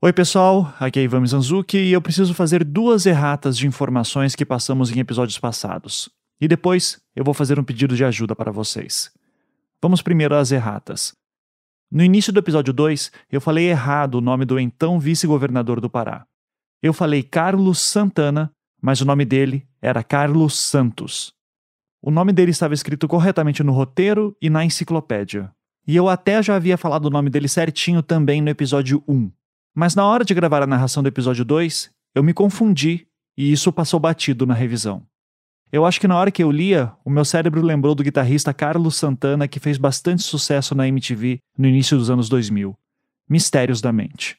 Oi pessoal, aqui é Ivan Mizanzuki e eu preciso fazer 2 erratas de informações que passamos em episódios passados. E depois eu vou fazer um pedido de ajuda para vocês. Vamos primeiro às erratas. No início do episódio 2, eu falei errado o nome do então vice-governador do Pará. Eu falei Carlos Santana, mas o nome dele era Carlos Santos. O nome dele estava escrito corretamente no roteiro e na enciclopédia. E eu até já havia falado o nome dele certinho também no episódio 1. Mas na hora de gravar a narração do episódio 2, eu me confundi e isso passou batido na revisão. Eu acho que na hora que eu lia, o meu cérebro lembrou do guitarrista Carlos Santana que fez bastante sucesso na MTV no início dos anos 2000. Mistérios da Mente.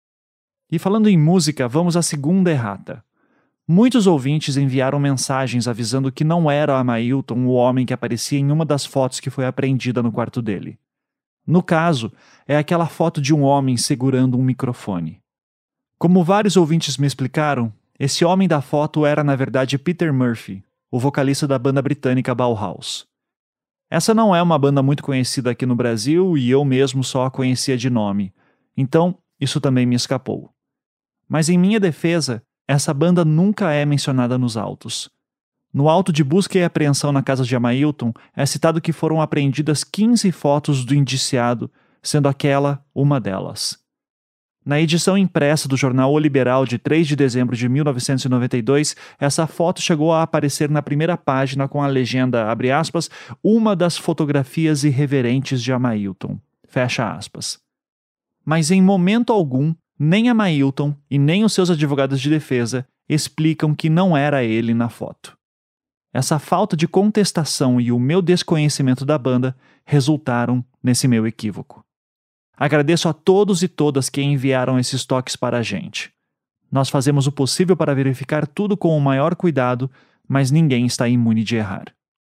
E falando em música, vamos à segunda errata. Muitos ouvintes enviaram mensagens avisando que não era Amailton o homem que aparecia em uma das fotos que foi apreendida no quarto dele. No caso, é aquela foto de um homem segurando um microfone. Como vários ouvintes me explicaram, esse homem da foto era na verdade Peter Murphy, o vocalista da banda britânica Bauhaus. Essa não é uma banda muito conhecida aqui no Brasil e eu mesmo só a conhecia de nome, então isso também me escapou. Mas em minha defesa, essa banda nunca é mencionada nos autos. No auto de busca e apreensão na casa de Amailton, é citado que foram apreendidas 15 fotos do indiciado, sendo aquela uma delas. Na edição impressa do jornal O Liberal de 3 de dezembro de 1992, essa foto chegou a aparecer na primeira página com a legenda, abre aspas, uma das fotografias irreverentes de Amailton, fecha aspas. Mas em momento algum, nem Amailton e nem os seus advogados de defesa explicam que não era ele na foto. Essa falta de contestação e o meu desconhecimento da banda resultaram nesse meu equívoco. Agradeço a todos e todas que enviaram esses toques para a gente. Nós fazemos o possível para verificar tudo com o maior cuidado, mas ninguém está imune de errar.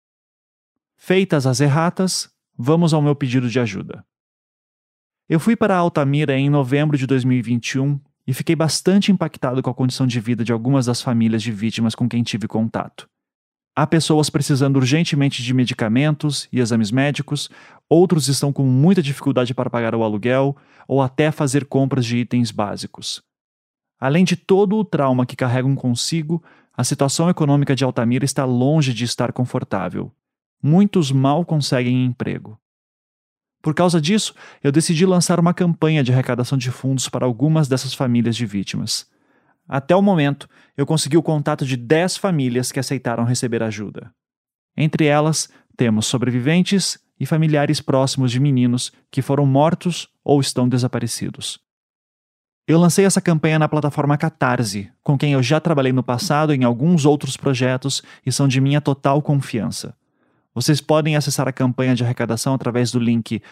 Feitas as erratas, vamos ao meu pedido de ajuda. Eu fui para Altamira em novembro de 2021 e fiquei bastante impactado com a condição de vida de algumas das famílias de vítimas com quem tive contato. Há pessoas precisando urgentemente de medicamentos e exames médicos, outros estão com muita dificuldade para pagar o aluguel ou até fazer compras de itens básicos. Além de todo o trauma que carregam consigo, a situação econômica de Altamira está longe de estar confortável. Muitos mal conseguem emprego. Por causa disso, eu decidi lançar uma campanha de arrecadação de fundos para algumas dessas famílias de vítimas. Até o momento, eu consegui o contato de 10 famílias que aceitaram receber ajuda. Entre elas, temos sobreviventes e familiares próximos de meninos que foram mortos ou estão desaparecidos. Eu lancei essa campanha na plataforma Catarse, com quem eu já trabalhei no passado em alguns outros projetos e são de minha total confiança. Vocês podem acessar a campanha de arrecadação através do link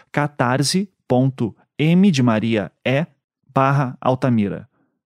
catarse.me/Altamira.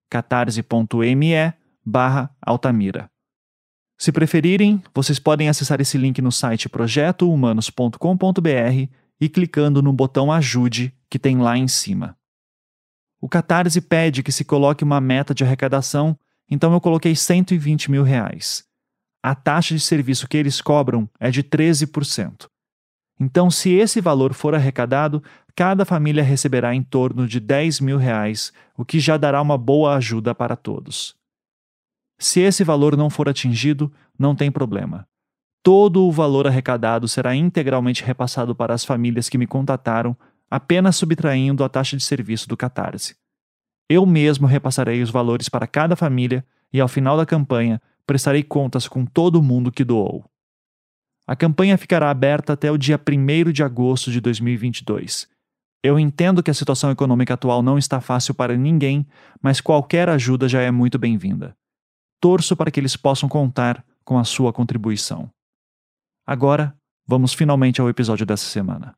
catarse.me/Altamira. Se preferirem, vocês podem acessar esse link no site projetohumanos.com.br e clicando no botão Ajude que tem lá em cima. O Catarse pede que se coloque uma meta de arrecadação, então eu coloquei R$120 mil. A taxa de serviço que eles cobram é de 13%. Então, se esse valor for arrecadado, cada família receberá em torno de R$10 mil, o que já dará uma boa ajuda para todos. Se esse valor não for atingido, não tem problema. Todo o valor arrecadado será integralmente repassado para as famílias que me contataram, apenas subtraindo a taxa de serviço do Catarse. Eu mesmo repassarei os valores para cada família e, ao final da campanha, prestarei contas com todo mundo que doou. A campanha ficará aberta até o dia 1º de agosto de 2022. Eu entendo que a situação econômica atual não está fácil para ninguém, mas qualquer ajuda já é muito bem-vinda. Torço para que eles possam contar com a sua contribuição. Agora, vamos finalmente ao episódio dessa semana.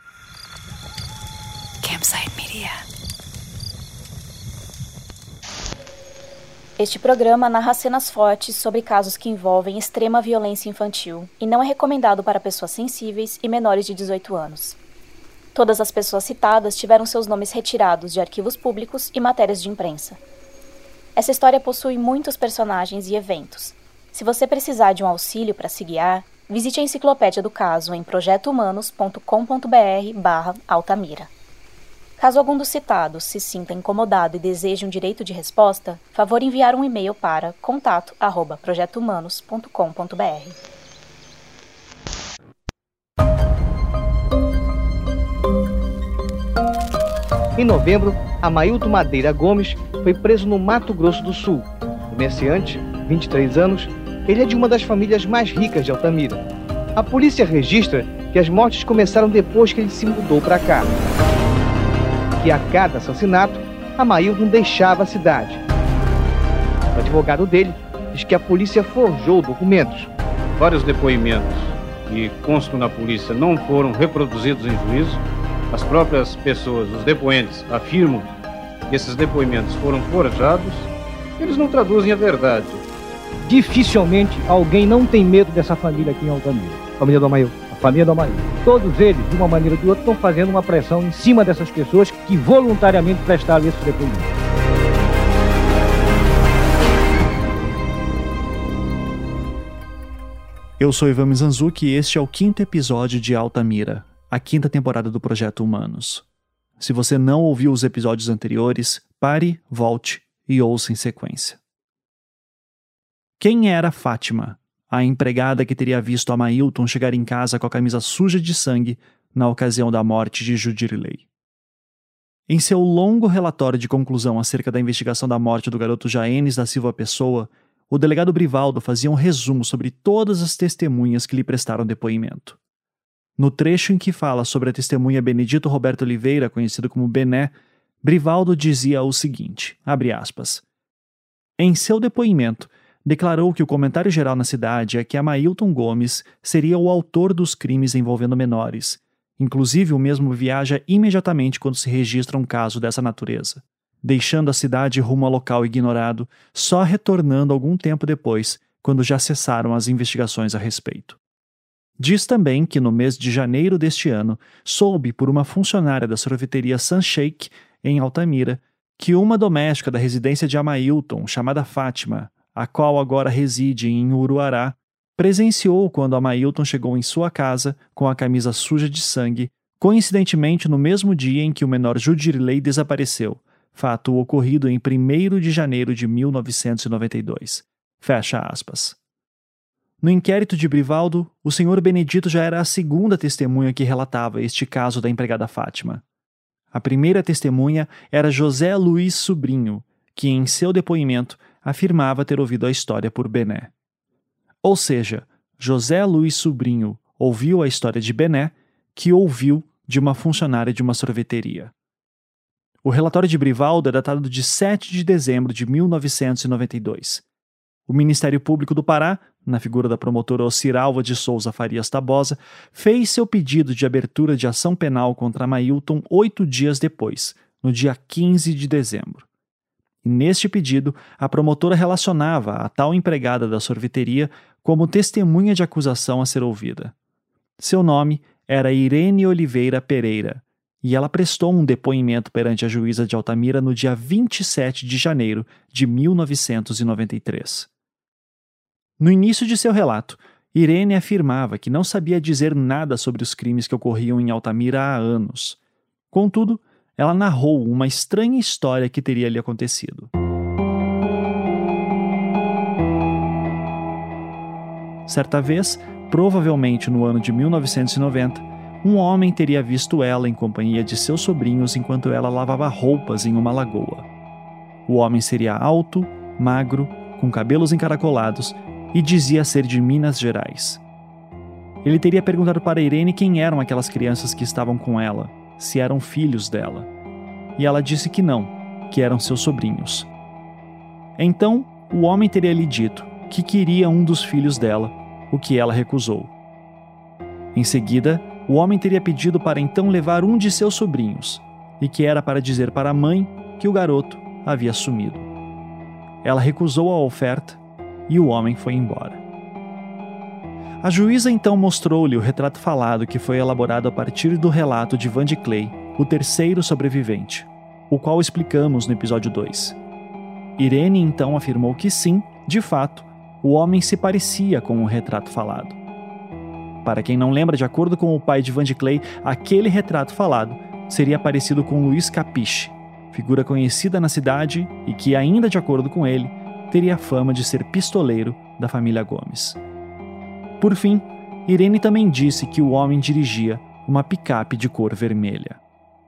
Campsite Media. Este programa narra cenas fortes sobre casos que envolvem extrema violência infantil e não é recomendado para pessoas sensíveis e menores de 18 anos. Todas as pessoas citadas tiveram seus nomes retirados de arquivos públicos e matérias de imprensa. Essa história possui muitos personagens e eventos. Se você precisar de um auxílio para se guiar, visite a enciclopédia do caso em projetohumanos.com.br/Altamira. Caso algum dos citados se sinta incomodado e deseje um direito de resposta, favor enviar um e-mail para contato@projetohumanos.com.br. Em novembro, Amailton Madeira Gomes foi preso no Mato Grosso do Sul. Comerciante, 23 anos, ele é de uma das famílias mais ricas de Altamira. A polícia registra que as mortes começaram depois que ele se mudou para cá. Que a cada assassinato, Amailton deixava a cidade. O advogado dele diz que a polícia forjou documentos. Vários depoimentos que constam na polícia não foram reproduzidos em juízo. As próprias pessoas, os depoentes, afirmam que esses depoimentos foram forjados. Eles não traduzem a verdade. Dificilmente alguém não tem medo dessa família aqui em Altamira. Família do Amailton. A família do Amailton. Todos eles, de uma maneira ou de outra, estão fazendo uma pressão em cima dessas pessoas que voluntariamente prestaram esse depoimento. Eu sou Ivan Mizanzuki e este é o 5º episódio de Altamira, a 5ª temporada do Projeto Humanos. Se você não ouviu os episódios anteriores, pare, volte e ouça em sequência. Quem era Fátima, a empregada que teria visto Amailton chegar em casa com a camisa suja de sangue na ocasião da morte de Judirilei? Em seu longo relatório de conclusão acerca da investigação da morte do garoto Jaenes da Silva Pessoa, o delegado Brivaldo fazia um resumo sobre todas as testemunhas que lhe prestaram depoimento. No trecho em que fala sobre a testemunha Benedito Roberto Oliveira, conhecido como Bené, Brivaldo dizia o seguinte, abre aspas, em seu depoimento, declarou que o comentário geral na cidade é que Amailton Gomes seria o autor dos crimes envolvendo menores. Inclusive, o mesmo viaja imediatamente quando se registra um caso dessa natureza, deixando a cidade rumo ao local ignorado, só retornando algum tempo depois, quando já cessaram as investigações a respeito. Diz também que no mês de janeiro deste ano, soube por uma funcionária da sorveteria Sunshake, em Altamira, que uma doméstica da residência de Amailton, chamada Fátima, a qual agora reside em Uruará, presenciou quando Amailton chegou em sua casa com a camisa suja de sangue, coincidentemente no mesmo dia em que o menor Judirilei desapareceu, fato ocorrido em 1º de janeiro de 1992. Fecha aspas. No inquérito de Brivaldo, o senhor Benedito já era a 2ª testemunha que relatava este caso da empregada Fátima. A primeira testemunha era José Luiz Sobrinho, que em seu depoimento afirmava ter ouvido a história por Bené. Ou seja, José Luiz Sobrinho ouviu a história de Bené, que ouviu de uma funcionária de uma sorveteria. O relatório de Brivaldo é datado de 7 de dezembro de 1992. O Ministério Público do Pará, na figura da promotora Ociralva de Souza Farias Tabosa, fez seu pedido de abertura de ação penal contra Amailton 8 dias depois, no dia 15 de dezembro. E neste pedido, a promotora relacionava a tal empregada da sorveteria como testemunha de acusação a ser ouvida. Seu nome era Irene Oliveira Pereira, e ela prestou um depoimento perante a juíza de Altamira no dia 27 de janeiro de 1993. No início de seu relato, Irene afirmava que não sabia dizer nada sobre os crimes que ocorriam em Altamira há anos. Contudo, ela narrou uma estranha história que teria lhe acontecido. Certa vez, provavelmente no ano de 1990, um homem teria visto ela em companhia de seus sobrinhos enquanto ela lavava roupas em uma lagoa. O homem seria alto, magro, com cabelos encaracolados e dizia ser de Minas Gerais. Ele teria perguntado para Irene quem eram aquelas crianças que estavam com ela, se eram filhos dela. E ela disse que não, que eram seus sobrinhos. Então, o homem teria lhe dito que queria um dos filhos dela, o que ela recusou. Em seguida, o homem teria pedido para então levar um de seus sobrinhos, e que era para dizer para a mãe que o garoto havia sumido. Ela recusou a oferta e o homem foi embora. A juíza então mostrou-lhe o retrato falado que foi elaborado a partir do relato de Vandy Clay, o terceiro sobrevivente, o qual explicamos no episódio 2. Irene então afirmou que sim, de fato, o homem se parecia com o retrato falado. Para quem não lembra, de acordo com o pai de Vandy Clay, aquele retrato falado seria parecido com Luiz Capiche, figura conhecida na cidade e que, ainda de acordo com ele, teria a fama de ser pistoleiro da família Gomes. Por fim, Irene também disse que o homem dirigia uma picape de cor vermelha.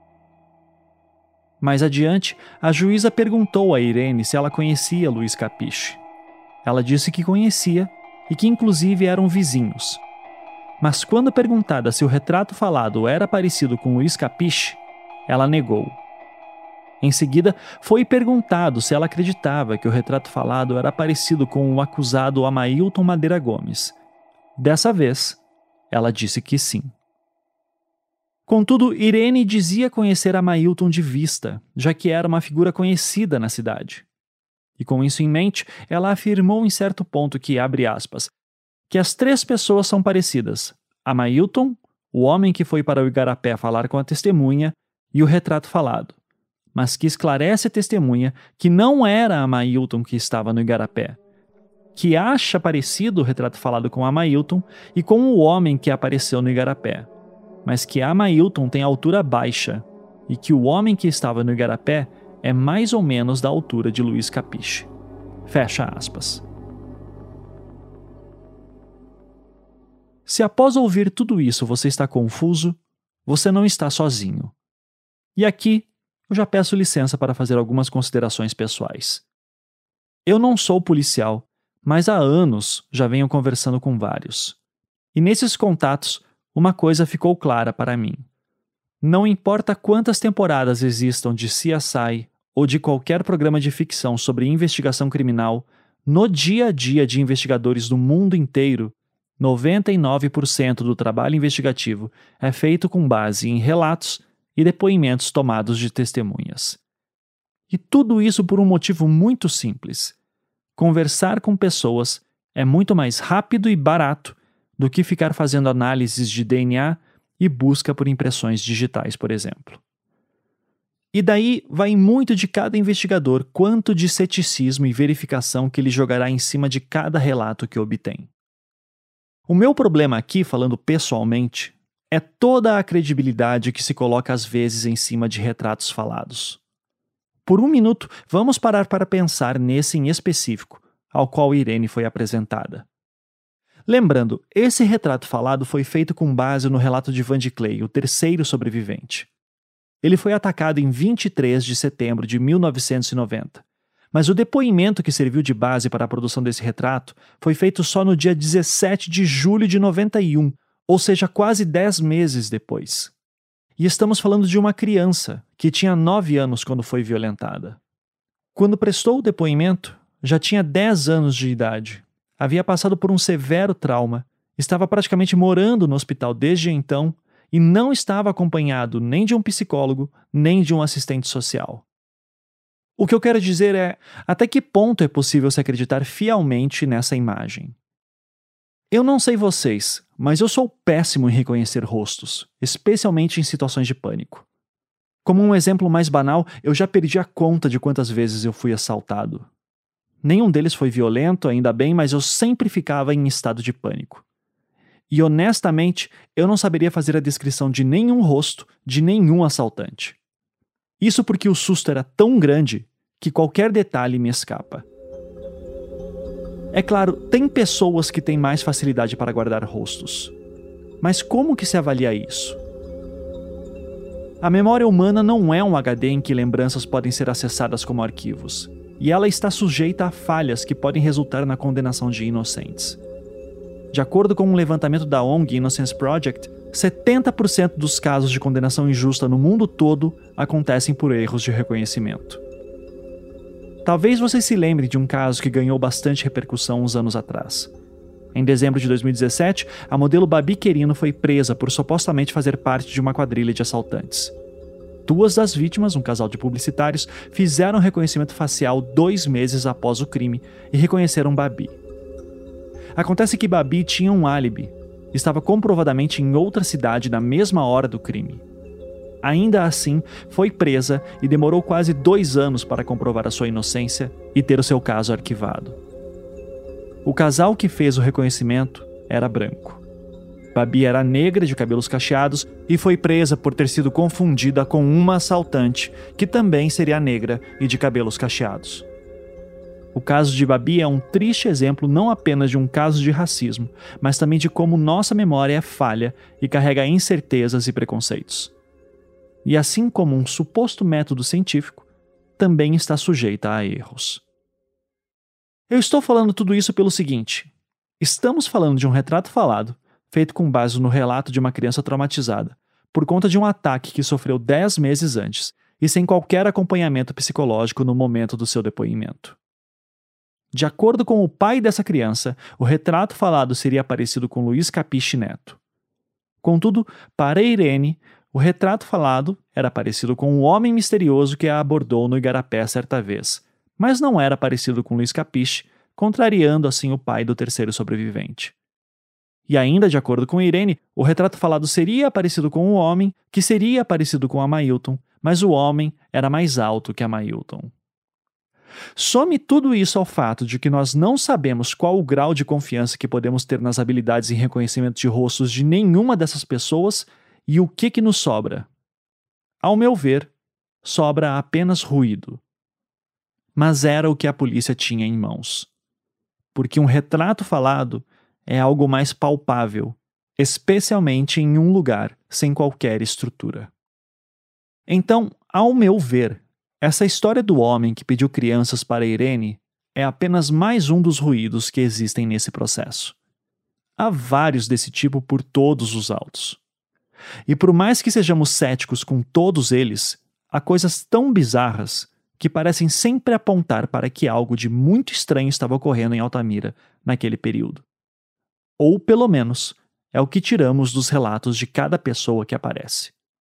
Mais adiante, a juíza perguntou a Irene se ela conhecia Luiz Capiche. Ela disse que conhecia e que inclusive eram vizinhos. Mas quando perguntada se o retrato falado era parecido com Luiz Capiche, ela negou. Em seguida, foi perguntado se ela acreditava que o retrato falado era parecido com o acusado Amailton Madeira Gomes. Dessa vez, ela disse que sim. Contudo, Irene dizia conhecer Amailton de vista, já que era uma figura conhecida na cidade. E com isso em mente, ela afirmou em certo ponto que, abre aspas, que as 3 pessoas são parecidas: Amailton, o homem que foi para o Igarapé falar com a testemunha, e o retrato falado, mas que esclarece a testemunha que não era Amailton que estava no Igarapé, que acha parecido o retrato falado com Amailton e com o homem que apareceu no Igarapé, mas que Amailton tem altura baixa e que o homem que estava no Igarapé é mais ou menos da altura de Luiz Capiche. Fecha aspas. Se após ouvir tudo isso você está confuso, você não está sozinho. E aqui eu já peço licença para fazer algumas considerações pessoais. Eu não sou policial, mas há anos já venho conversando com vários. E nesses contatos, uma coisa ficou clara para mim. Não importa quantas temporadas existam de CSI ou de qualquer programa de ficção sobre investigação criminal, no dia a dia de investigadores do mundo inteiro, 99% do trabalho investigativo é feito com base em relatos e depoimentos tomados de testemunhas. E tudo isso por um motivo muito simples. Conversar com pessoas é muito mais rápido e barato do que ficar fazendo análises de DNA e busca por impressões digitais, por exemplo. E daí vai muito de cada investigador quanto de ceticismo e verificação que ele jogará em cima de cada relato que obtém. O meu problema aqui, falando pessoalmente, é toda a credibilidade que se coloca às vezes em cima de retratos falados. Por um minuto, vamos parar para pensar nesse em específico, ao qual Irene foi apresentada. Lembrando, esse retrato falado foi feito com base no relato de Van de Clay, o 3º sobrevivente. Ele foi atacado em 23 de setembro de 1990. Mas o depoimento que serviu de base para a produção desse retrato foi feito só no dia 17 de julho de 91, ou seja, quase 10 meses depois. E estamos falando de uma criança que tinha 9 anos quando foi violentada. Quando prestou o depoimento, já tinha 10 anos de idade, havia passado por um severo trauma, estava praticamente morando no hospital desde então e não estava acompanhado nem de um psicólogo, nem de um assistente social. O que eu quero dizer é, até que ponto é possível se acreditar fielmente nessa imagem? Eu não sei vocês, mas eu sou péssimo em reconhecer rostos, especialmente em situações de pânico. Como um exemplo mais banal, eu já perdi a conta de quantas vezes eu fui assaltado. Nenhum deles foi violento, ainda bem, mas eu sempre ficava em estado de pânico. E honestamente, eu não saberia fazer a descrição de nenhum rosto de nenhum assaltante. Isso porque o susto era tão grande que qualquer detalhe me escapa. É claro, tem pessoas que têm mais facilidade para guardar rostos. Mas como que se avalia isso? A memória humana não é um HD em que lembranças podem ser acessadas como arquivos, e ela está sujeita a falhas que podem resultar na condenação de inocentes. De acordo com um levantamento da ONG Innocence Project, 70% dos casos de condenação injusta no mundo todo acontecem por erros de reconhecimento. Talvez você se lembre de um caso que ganhou bastante repercussão uns anos atrás. Em dezembro de 2017, a modelo Babi Querino foi presa por supostamente fazer parte de uma quadrilha de assaltantes. 2 das vítimas, um casal de publicitários, fizeram reconhecimento facial 2 meses após o crime e reconheceram Babi. Acontece que Babi tinha um álibi. Estava comprovadamente em outra cidade na mesma hora do crime. Ainda assim, foi presa e demorou quase 2 anos para comprovar a sua inocência e ter o seu caso arquivado. O casal que fez o reconhecimento era branco. Babi era negra de cabelos cacheados e foi presa por ter sido confundida com uma assaltante, que também seria negra e de cabelos cacheados. O caso de Babi é um triste exemplo não apenas de um caso de racismo, mas também de como nossa memória é falha e carrega incertezas e preconceitos. E assim como um suposto método científico, também está sujeita a erros. Eu estou falando tudo isso pelo seguinte: estamos falando de um retrato falado, feito com base no relato de uma criança traumatizada, por conta de um ataque que sofreu 10 meses antes e sem qualquer acompanhamento psicológico no momento do seu depoimento. De acordo com o pai dessa criança, o retrato falado seria parecido com Luiz Capiche Neto. Contudo, para Irene, o retrato falado era parecido com um homem misterioso que a abordou no Igarapé certa vez, mas não era parecido com Luiz Capiche, contrariando assim o pai do terceiro sobrevivente. E ainda de acordo com Irene, o retrato falado seria parecido com um homem, que seria parecido com Amailton, mas o homem era mais alto que Amailton. Some tudo isso ao fato de que nós não sabemos qual o grau de confiança que podemos ter nas habilidades em reconhecimento de rostos de nenhuma dessas pessoas e o que nos sobra. Ao meu ver, sobra apenas ruído. Mas era o que a polícia tinha em mãos. Porque um retrato falado é algo mais palpável, especialmente em um lugar sem qualquer estrutura. Então, ao meu ver, essa história do homem que pediu crianças para Irene é apenas mais um dos ruídos que existem nesse processo. Há vários desse tipo por todos os autos. E por mais que sejamos céticos com todos eles, há coisas tão bizarras que parecem sempre apontar para que algo de muito estranho estava ocorrendo em Altamira naquele período. Ou, pelo menos, é o que tiramos dos relatos de cada pessoa que aparece.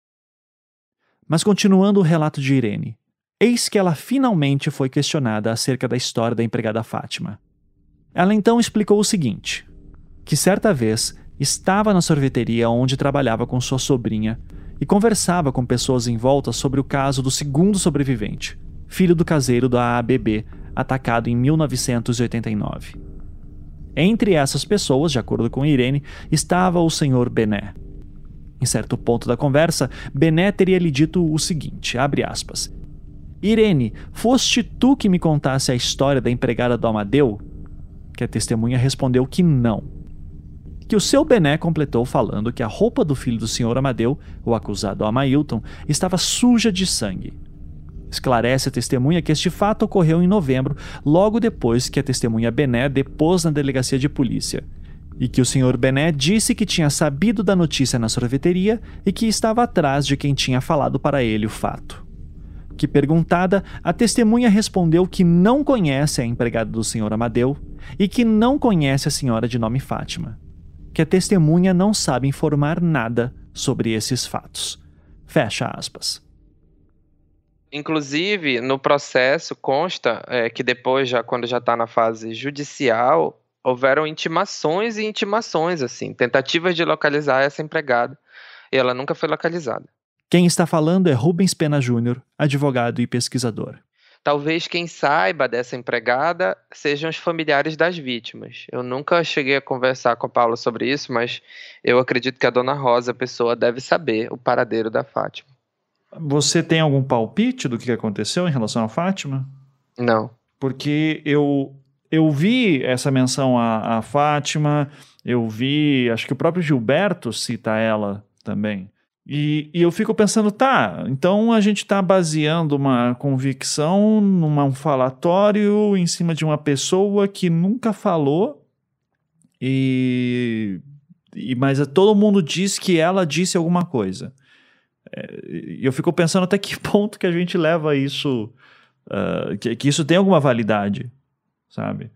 Mas continuando o relato de Irene, eis que ela finalmente foi questionada acerca da história da empregada Fátima. Ela então explicou o seguinte, que certa vez estava na sorveteria onde trabalhava com sua sobrinha e conversava com pessoas em volta sobre o caso do segundo sobrevivente, filho do caseiro da ABB, atacado em 1989. Entre essas pessoas, de acordo com Irene, estava o Sr. Bené. Em certo ponto da conversa, Bené teria lhe dito o seguinte, abre aspas, Irene, foste tu que me contasse a história da empregada do Amadeu? Que a testemunha respondeu que não. Que o seu Bené completou falando que a roupa do filho do Sr. Amadeu, o acusado Amailton, estava suja de sangue. Esclarece a testemunha que este fato ocorreu em novembro, logo depois que a testemunha Bené depôs na delegacia de polícia, e que o Sr. Bené disse que tinha sabido da notícia na sorveteria e que estava atrás de quem tinha falado para ele o fato. Que perguntada, a testemunha respondeu que não conhece a empregada do Sr. Amadeu e que não conhece a senhora de nome Fátima. Que a testemunha não sabe informar nada sobre esses fatos. Fecha aspas. Inclusive, no processo consta que depois, quando já está na fase judicial, houveram intimações e intimações, assim, tentativas de localizar essa empregada, e ela nunca foi localizada. Quem está falando é Rubens Pena Júnior, advogado e pesquisador. Talvez quem saiba dessa empregada sejam os familiares das vítimas. Eu nunca cheguei a conversar com a Paula sobre isso, mas eu acredito que a dona Rosa, a pessoa, deve saber o paradeiro da Fátima. Você tem algum palpite do que aconteceu em relação a Fátima? Não. Porque eu vi essa menção a Fátima, eu vi, acho que o próprio Gilberto cita ela também. E eu fico pensando, tá, então a gente está baseando uma convicção num falatório em cima de uma pessoa que nunca falou, mas todo mundo diz que ela disse alguma coisa. E eu fico pensando até que ponto que a gente leva isso, que isso tem alguma validade, sabe?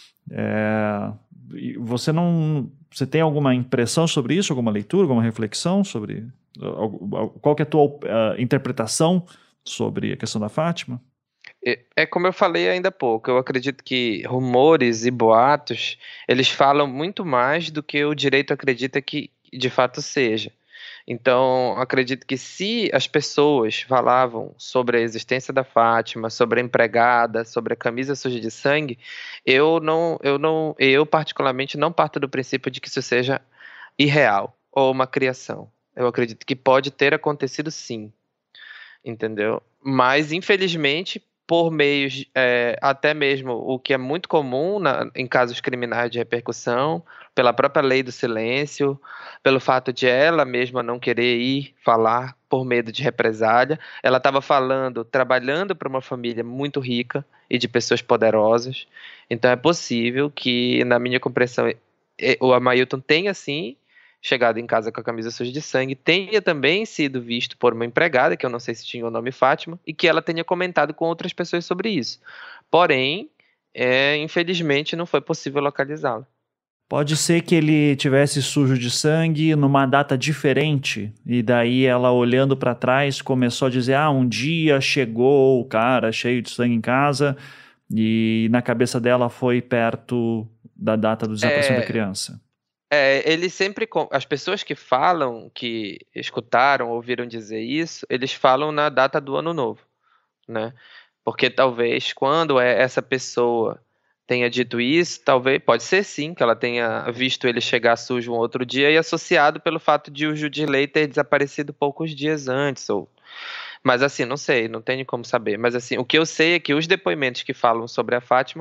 Você tem alguma impressão sobre isso, alguma leitura, alguma reflexão sobre... Qual que é a tua interpretação sobre a questão da Fátima? É como eu falei ainda há pouco, eu acredito que rumores e boatos, eles falam muito mais do que o direito acredita que de fato seja. Então, acredito que se as pessoas falavam sobre a existência da Fátima, sobre a empregada, sobre a camisa suja de sangue, eu particularmente não parto do princípio de que isso seja irreal ou uma criação. Eu acredito que pode ter acontecido sim, entendeu? Mas, infelizmente, por meios, até mesmo o que é muito comum em casos criminais de repercussão, pela própria lei do silêncio, pelo fato de ela mesma não querer ir falar por medo de represália. Ela estava trabalhando para uma família muito rica e de pessoas poderosas. Então é possível que, na minha compreensão, o Amailton tenha, sim, chegado em casa com a camisa suja de sangue, tenha também sido visto por uma empregada, que eu não sei se tinha o nome Fátima, e que ela tenha comentado com outras pessoas sobre isso. Porém, infelizmente, não foi possível localizá-la. Pode ser que ele tivesse sujo de sangue numa data diferente, e daí ela, olhando para trás, começou a dizer, um dia chegou o cara cheio de sangue em casa, e na cabeça dela foi perto da data do desaparecimento da criança. Ele sempre, as pessoas que falam, que escutaram, ouviram dizer isso, eles falam na data do ano novo, né? Porque talvez quando essa pessoa tenha dito isso, talvez, pode ser sim, que ela tenha visto ele chegar sujo um outro dia e associado pelo fato de o Judirley ter desaparecido poucos dias antes, mas assim, não sei, não tenho como saber. Mas assim, o que eu sei é que os depoimentos que falam sobre a Fátima,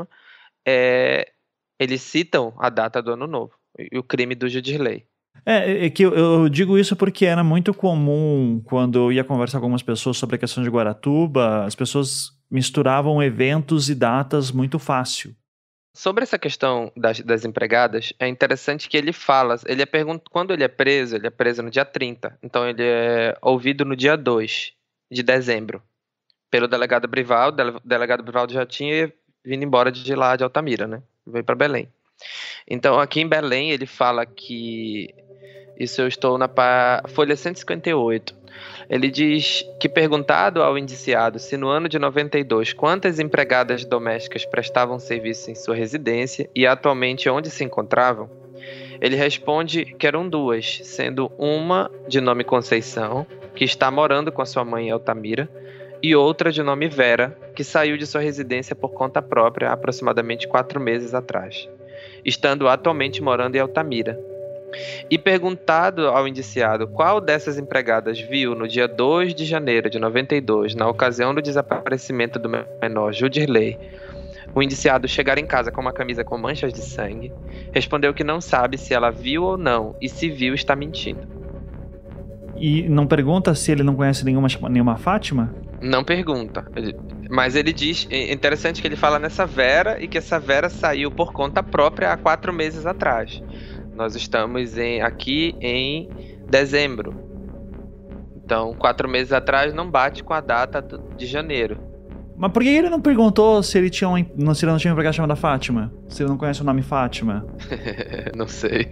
eles citam a data do ano novo e o crime do Judirley. É que eu digo isso porque era muito comum, quando eu ia conversar com algumas pessoas sobre a questão de Guaratuba, as pessoas misturavam eventos e datas muito fácil. Sobre essa questão das empregadas, é interessante que ele fala, quando ele é preso no dia 30, então ele é ouvido no dia 2 de dezembro, pelo delegado Brivaldo. O delegado Brivaldo já tinha vindo embora de lá de Altamira, né? Veio para Belém. Então, aqui em Belém, ele fala que... Isso eu estou na folha 158. Ele diz que, perguntado ao indiciado se no ano de 92 quantas empregadas domésticas prestavam serviço em sua residência e atualmente onde se encontravam, ele responde que eram 2, sendo uma de nome Conceição, que está morando com a sua mãe em Altamira, e outra de nome Vera, que saiu de sua residência por conta própria há aproximadamente 4 meses atrás, estando atualmente morando em Altamira. E perguntado ao indiciado qual dessas empregadas viu no dia 2 de janeiro de 92, na ocasião do desaparecimento do menor Judirley, o indiciado chegar em casa com uma camisa com manchas de sangue, respondeu que não sabe se ela viu ou não, e se viu está mentindo. E não pergunta se ele não conhece nenhuma Fátima? Não pergunta, mas ele diz, é interessante que ele fala nessa Vera, e que essa Vera saiu por conta própria há 4 meses atrás. Nós estamos aqui em dezembro. Então, 4 meses atrás não bate com a data de janeiro. Mas por que ele não perguntou se ele não tinha uma empregada chamada Fátima? Se ele não conhece o nome Fátima? Não sei.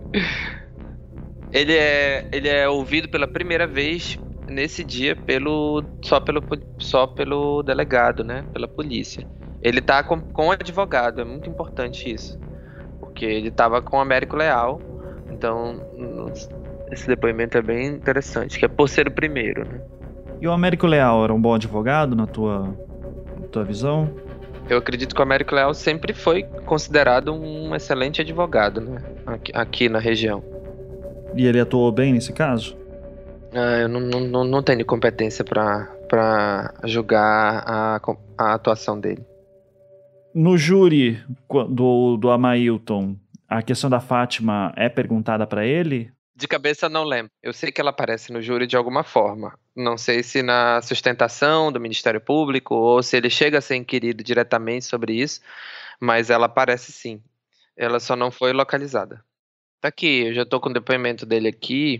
Ele é ouvido pela primeira vez nesse dia só pelo delegado, né? Pela polícia. Ele tá com o advogado, é muito importante isso. Porque ele estava com o Américo Leal, então esse depoimento é bem interessante, que é por ser o primeiro, né? E o Américo Leal era um bom advogado na tua visão? Eu acredito que o Américo Leal sempre foi considerado um excelente advogado, né? Aqui na região. E ele atuou bem nesse caso? Eu não tenho competência para julgar a atuação dele. No júri do Amailton, a questão da Fátima é perguntada para ele? De cabeça não lembro. Eu sei que ela aparece no júri de alguma forma. Não sei se na sustentação do Ministério Público ou se ele chega a ser inquirido diretamente sobre isso, mas ela aparece sim. Ela só não foi localizada. Tá aqui, eu já tô com o depoimento dele aqui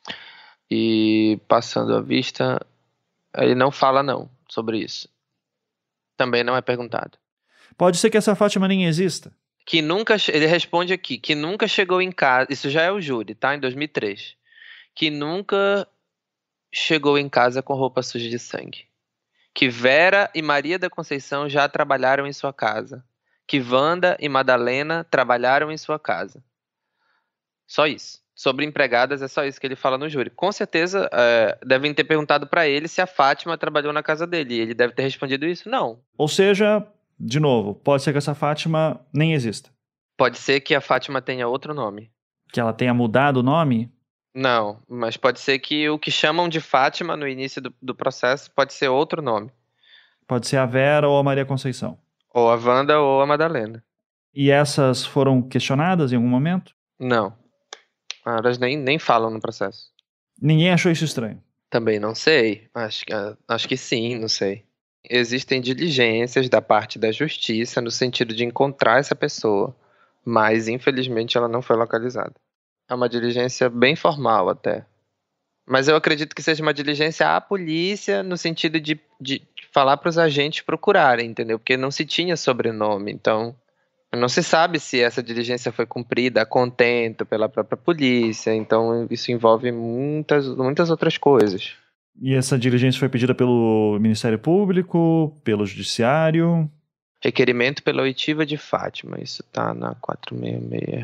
e passando a vista, ele não fala não sobre isso. Também não é perguntado. Pode ser que essa Fátima nem exista. Ele responde aqui, que nunca chegou em casa, isso já é o júri, tá? Em 2003. Que nunca chegou em casa com roupa suja de sangue. Que Vera e Maria da Conceição já trabalharam em sua casa. Que Wanda e Madalena trabalharam em sua casa. Só isso. Sobre empregadas, é só isso que ele fala no júri. Com certeza, devem ter perguntado para ele se a Fátima trabalhou na casa dele. E ele deve ter respondido isso, não. Ou seja... De novo, pode ser que essa Fátima nem exista. Pode ser que a Fátima tenha outro nome. Que ela tenha mudado o nome? Não, mas pode ser que o que chamam de Fátima no início do processo pode ser outro nome. Pode ser a Vera ou a Maria Conceição. Ou a Wanda ou a Madalena. E essas foram questionadas em algum momento? Não. Elas nem falam no processo. Ninguém achou isso estranho? Também não sei. Acho que sim, não sei. Existem diligências da parte da justiça no sentido de encontrar essa pessoa, mas infelizmente ela não foi localizada. É uma diligência bem formal até. Mas eu acredito que seja uma diligência à polícia no sentido de falar para os agentes procurarem, entendeu? Porque não se tinha sobrenome, então não se sabe se essa diligência foi cumprida a contento pela própria polícia, então isso envolve muitas outras coisas. E essa diligência foi pedida pelo Ministério Público, pelo Judiciário? Requerimento pela oitiva de Fátima, isso tá na 466.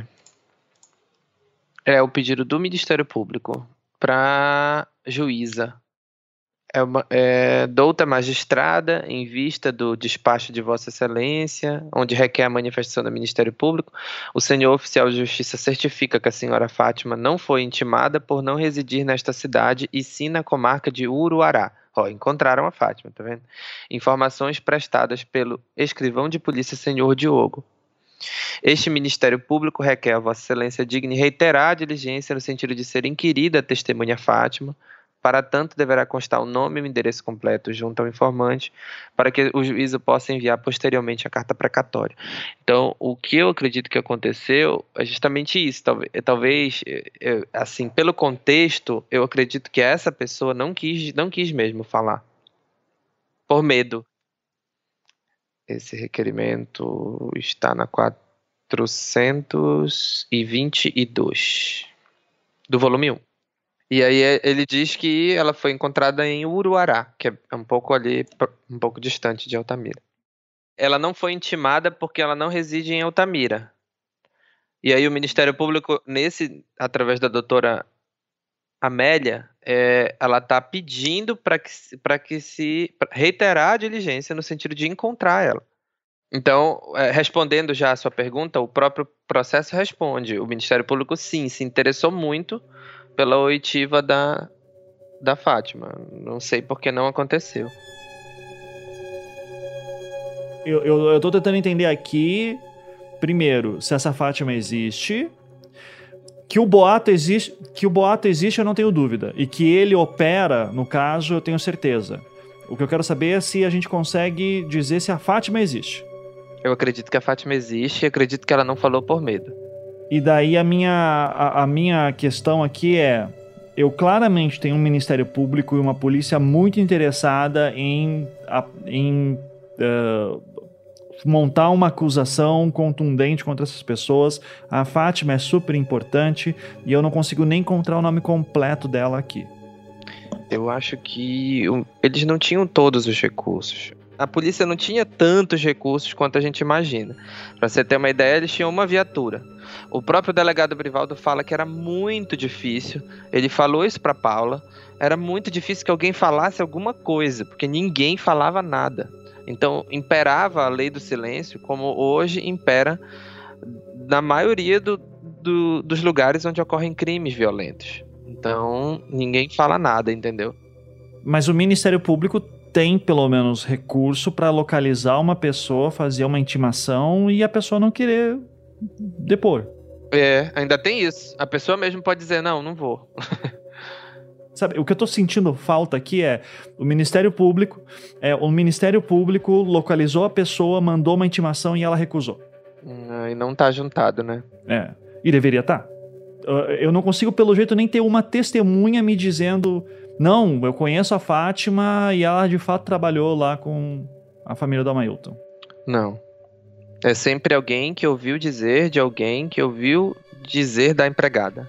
É o pedido do Ministério Público para juíza. Douta magistrada, em vista do despacho de Vossa Excelência, onde requer a manifestação do Ministério Público, o senhor oficial de justiça certifica que a senhora Fátima não foi intimada por não residir nesta cidade e sim na comarca de Uruará. Encontraram a Fátima, tá vendo? Informações prestadas pelo escrivão de polícia senhor Diogo. Este Ministério Público requer a Vossa Excelência digne reiterar a diligência no sentido de ser inquirida a testemunha Fátima. Para tanto, deverá constar o nome e o endereço completo junto ao informante, para que o juízo possa enviar posteriormente a carta precatória. Então, o que eu acredito que aconteceu é justamente isso. Talvez assim, pelo contexto, eu acredito que essa pessoa não quis mesmo falar, por medo. Esse requerimento está na 422 do volume 1. E aí ele diz que ela foi encontrada em Uruará, que é um pouco ali, um pouco distante de Altamira. Ela não foi intimada porque ela não reside em Altamira. E aí o Ministério Público, através da doutora Amélia, ela está pedindo para que se reiterar a diligência no sentido de encontrar ela. Então, respondendo já a sua pergunta, o próprio processo responde. O Ministério Público, sim, se interessou muito pela oitiva da Fátima. Não sei por que não aconteceu. Eu tô tentando entender aqui, primeiro, se essa Fátima existe. Que o boato existe eu não tenho dúvida. E que ele opera, no caso, eu tenho certeza. O que eu quero saber é se a gente consegue dizer se a Fátima existe. Eu acredito que a Fátima existe e acredito que ela não falou por medo. E daí a minha questão aqui é... Eu claramente tenho um Ministério Público e uma polícia muito interessada em montar uma acusação contundente contra essas pessoas. A Fátima é super importante e eu não consigo nem encontrar o nome completo dela aqui. Eu acho que eles não tinham todos os recursos. A polícia não tinha tantos recursos quanto a gente imagina. Para você ter uma ideia, eles tinham uma viatura. O próprio delegado Brivaldo fala que era muito difícil. Ele falou isso para Paula. Era muito difícil que alguém falasse alguma coisa, porque ninguém falava nada. Então, imperava a lei do silêncio, como hoje impera na maioria dos lugares onde ocorrem crimes violentos. Então, ninguém fala nada, entendeu? Mas o Ministério Público tem, pelo menos, recurso para localizar uma pessoa, fazer uma intimação e a pessoa não querer depor. Ainda tem isso. A pessoa mesmo pode dizer, não vou. Sabe, o que eu tô sentindo falta aqui é o Ministério Público localizou a pessoa, mandou uma intimação e ela recusou. E não tá juntado, né? E deveria estar. Eu não consigo, pelo jeito, nem ter uma testemunha me dizendo, não, eu conheço a Fátima e ela de fato trabalhou lá com a família do Amailton. Não. É sempre alguém que ouviu dizer de alguém que ouviu dizer da empregada.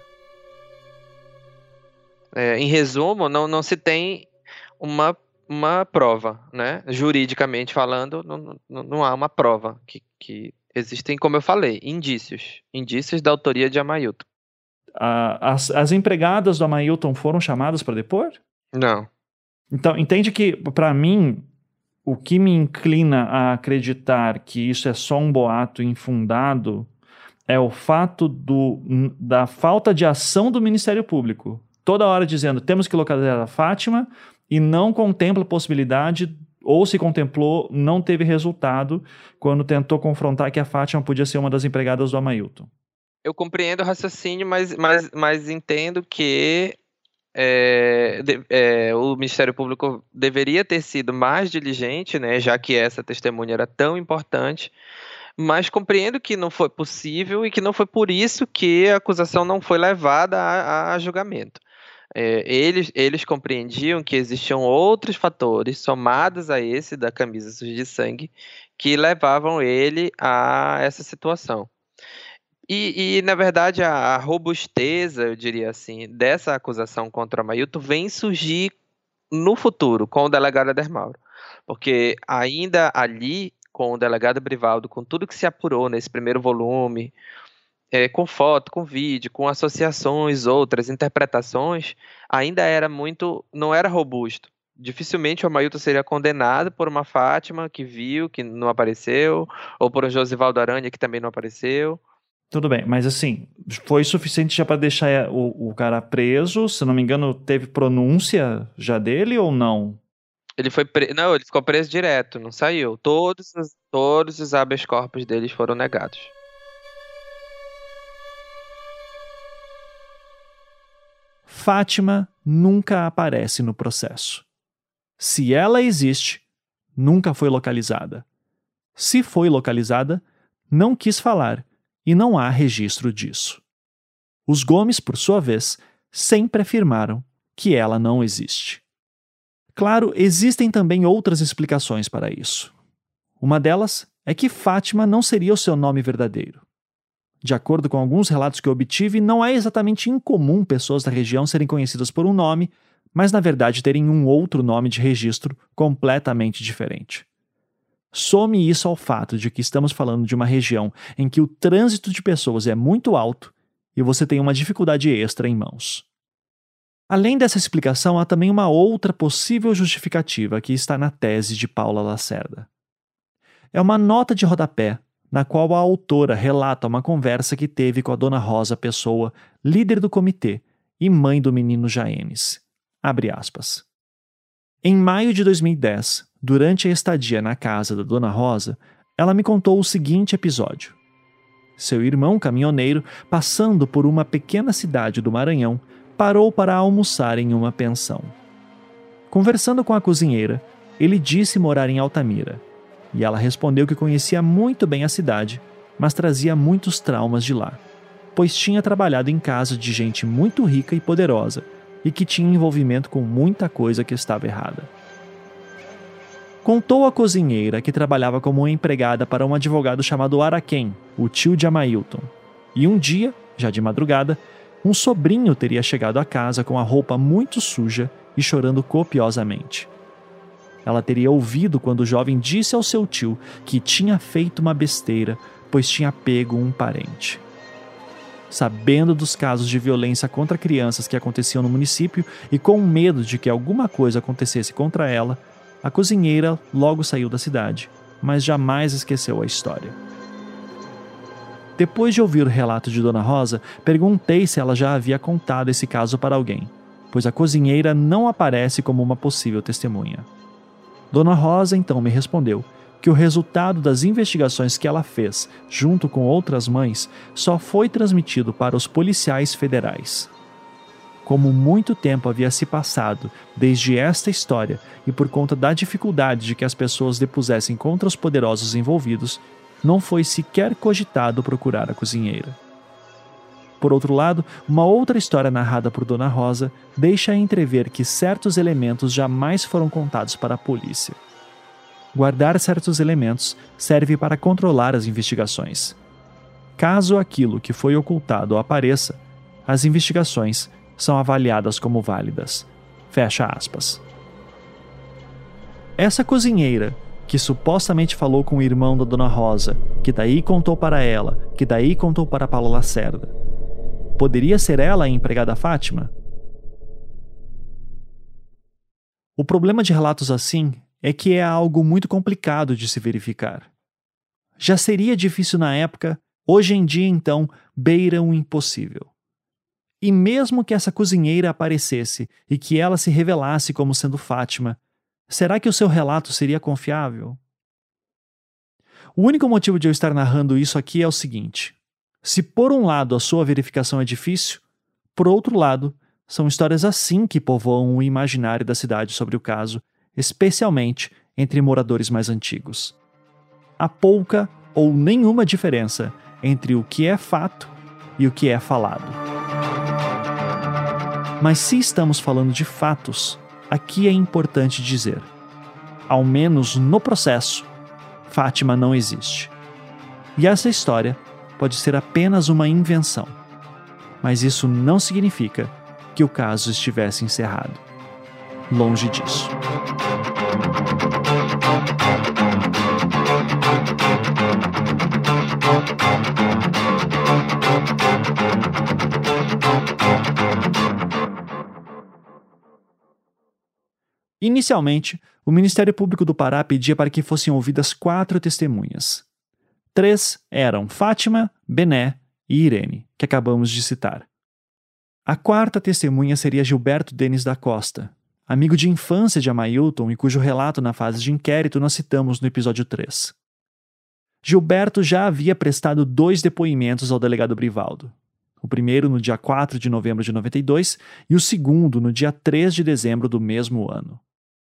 Em resumo, não se tem uma prova, né? Juridicamente falando, não há uma prova. Que existem, como eu falei, indícios da autoria de Amailton. As empregadas do Amailton foram chamadas para depor? Não. Então, entende que, para mim, o que me inclina a acreditar que isso é só um boato infundado É o fato da falta de ação do Ministério Público. Toda hora dizendo, temos que localizar a Fátima, e não contempla a possibilidade, ou se contemplou, não teve resultado, quando tentou confrontar que a Fátima podia ser uma das empregadas do Amailton. Eu compreendo o raciocínio, mas entendo que o Ministério Público deveria ter sido mais diligente, né, já que essa testemunha era tão importante, mas compreendo que não foi possível e que não foi por isso que a acusação não foi levada a julgamento. Eles compreendiam que existiam outros fatores somados a esse da camisa suja de sangue que levavam ele a essa situação. E na verdade, a robusteza, eu diria assim, dessa acusação contra Amailton vem surgir no futuro com o delegado Éder Mauro. Porque ainda ali, com o delegado Brivaldo, com tudo que se apurou nesse primeiro volume, com foto, com vídeo, com associações, outras interpretações, ainda não era robusto. Dificilmente o Amailton seria condenado por uma Fátima que viu, que não apareceu, ou por um Josivaldo Aranha que também não apareceu. Tudo bem, mas assim, foi suficiente já para deixar o cara preso? Se não me engano, teve pronúncia já dele ou não? Ele foi Não, ele ficou preso direto, não saiu. Todos os habeas corpus deles foram negados. Fátima nunca aparece no processo. Se ela existe, nunca foi localizada. Se foi localizada, não quis falar e não há registro disso. Os Gomes, por sua vez, sempre afirmaram que ela não existe. Claro, existem também outras explicações para isso. Uma delas é que Fátima não seria o seu nome verdadeiro. De acordo com alguns relatos que eu obtive, não é exatamente incomum pessoas da região serem conhecidas por um nome, mas na verdade terem um outro nome de registro completamente diferente. Some isso ao fato de que estamos falando de uma região em que o trânsito de pessoas é muito alto e você tem uma dificuldade extra em mãos. Além dessa explicação, há também uma outra possível justificativa que está na tese de Paula Lacerda. É uma nota de rodapé na qual a autora relata uma conversa que teve com a Dona Rosa Pessoa, líder do comitê e mãe do menino Jaenes. Abre aspas. Em maio de 2010, durante a estadia na casa da Dona Rosa, ela me contou o seguinte episódio. Seu irmão caminhoneiro, passando por uma pequena cidade do Maranhão, parou para almoçar em uma pensão. Conversando com a cozinheira, ele disse morar em Altamira, e ela respondeu que conhecia muito bem a cidade, mas trazia muitos traumas de lá, pois tinha trabalhado em casa de gente muito rica e poderosa e que tinha envolvimento com muita coisa que estava errada. Contou à cozinheira que trabalhava como empregada para um advogado chamado Araquém, o tio de Amailton, e um dia, já de madrugada, um sobrinho teria chegado à casa com a roupa muito suja e chorando copiosamente. Ela teria ouvido quando o jovem disse ao seu tio que tinha feito uma besteira, pois tinha pego um parente. Sabendo dos casos de violência contra crianças que aconteciam no município e com medo de que alguma coisa acontecesse contra ela, a cozinheira logo saiu da cidade, mas jamais esqueceu a história. Depois de ouvir o relato de Dona Rosa, perguntei se ela já havia contado esse caso para alguém, pois a cozinheira não aparece como uma possível testemunha. Dona Rosa então me respondeu que o resultado das investigações que ela fez, junto com outras mães, só foi transmitido para os policiais federais. Como muito tempo havia se passado desde esta história e por conta da dificuldade de que as pessoas depusessem contra os poderosos envolvidos, não foi sequer cogitado procurar a cozinheira. Por outro lado, uma outra história narrada por Dona Rosa deixa entrever que certos elementos jamais foram contados para a polícia. Guardar certos elementos serve para controlar as investigações. Caso aquilo que foi ocultado apareça, as investigações são avaliadas como válidas. Fecha aspas. Essa cozinheira, que supostamente falou com o irmão da Dona Rosa, que daí contou para ela, que daí contou para Paula Lacerda, poderia ser ela a empregada Fátima? O problema de relatos assim é que é algo muito complicado de se verificar. Já seria difícil na época, Hoje em dia, então, beira o impossível. E mesmo que essa cozinheira aparecesse e que ela se revelasse como sendo Fátima, será que o seu relato seria confiável? O único motivo de eu estar narrando isso aqui é o seguinte: se por um lado a sua verificação é difícil, por outro lado, são histórias assim que povoam o imaginário da cidade sobre o caso, especialmente entre moradores mais antigos. Há pouca ou nenhuma diferença entre o que é fato e o que é falado. Mas se estamos falando de fatos, aqui é importante dizer: ao menos no processo, Fátima não existe. E essa história pode ser apenas uma invenção. Mas isso não significa que o caso estivesse encerrado. Longe disso. Inicialmente, o Ministério Público do Pará pedia para que fossem ouvidas 4 testemunhas. 3 eram Fátima, Bené e Irene, que acabamos de citar. A 4ª testemunha seria Gilberto Denis da Costa, amigo de infância de Amailton e cujo relato na fase de inquérito nós citamos no episódio 3. Gilberto já havia prestado 2 depoimentos ao delegado Brivaldo. O primeiro no dia 4 de novembro de 92 e o segundo no dia 3 de dezembro do mesmo ano.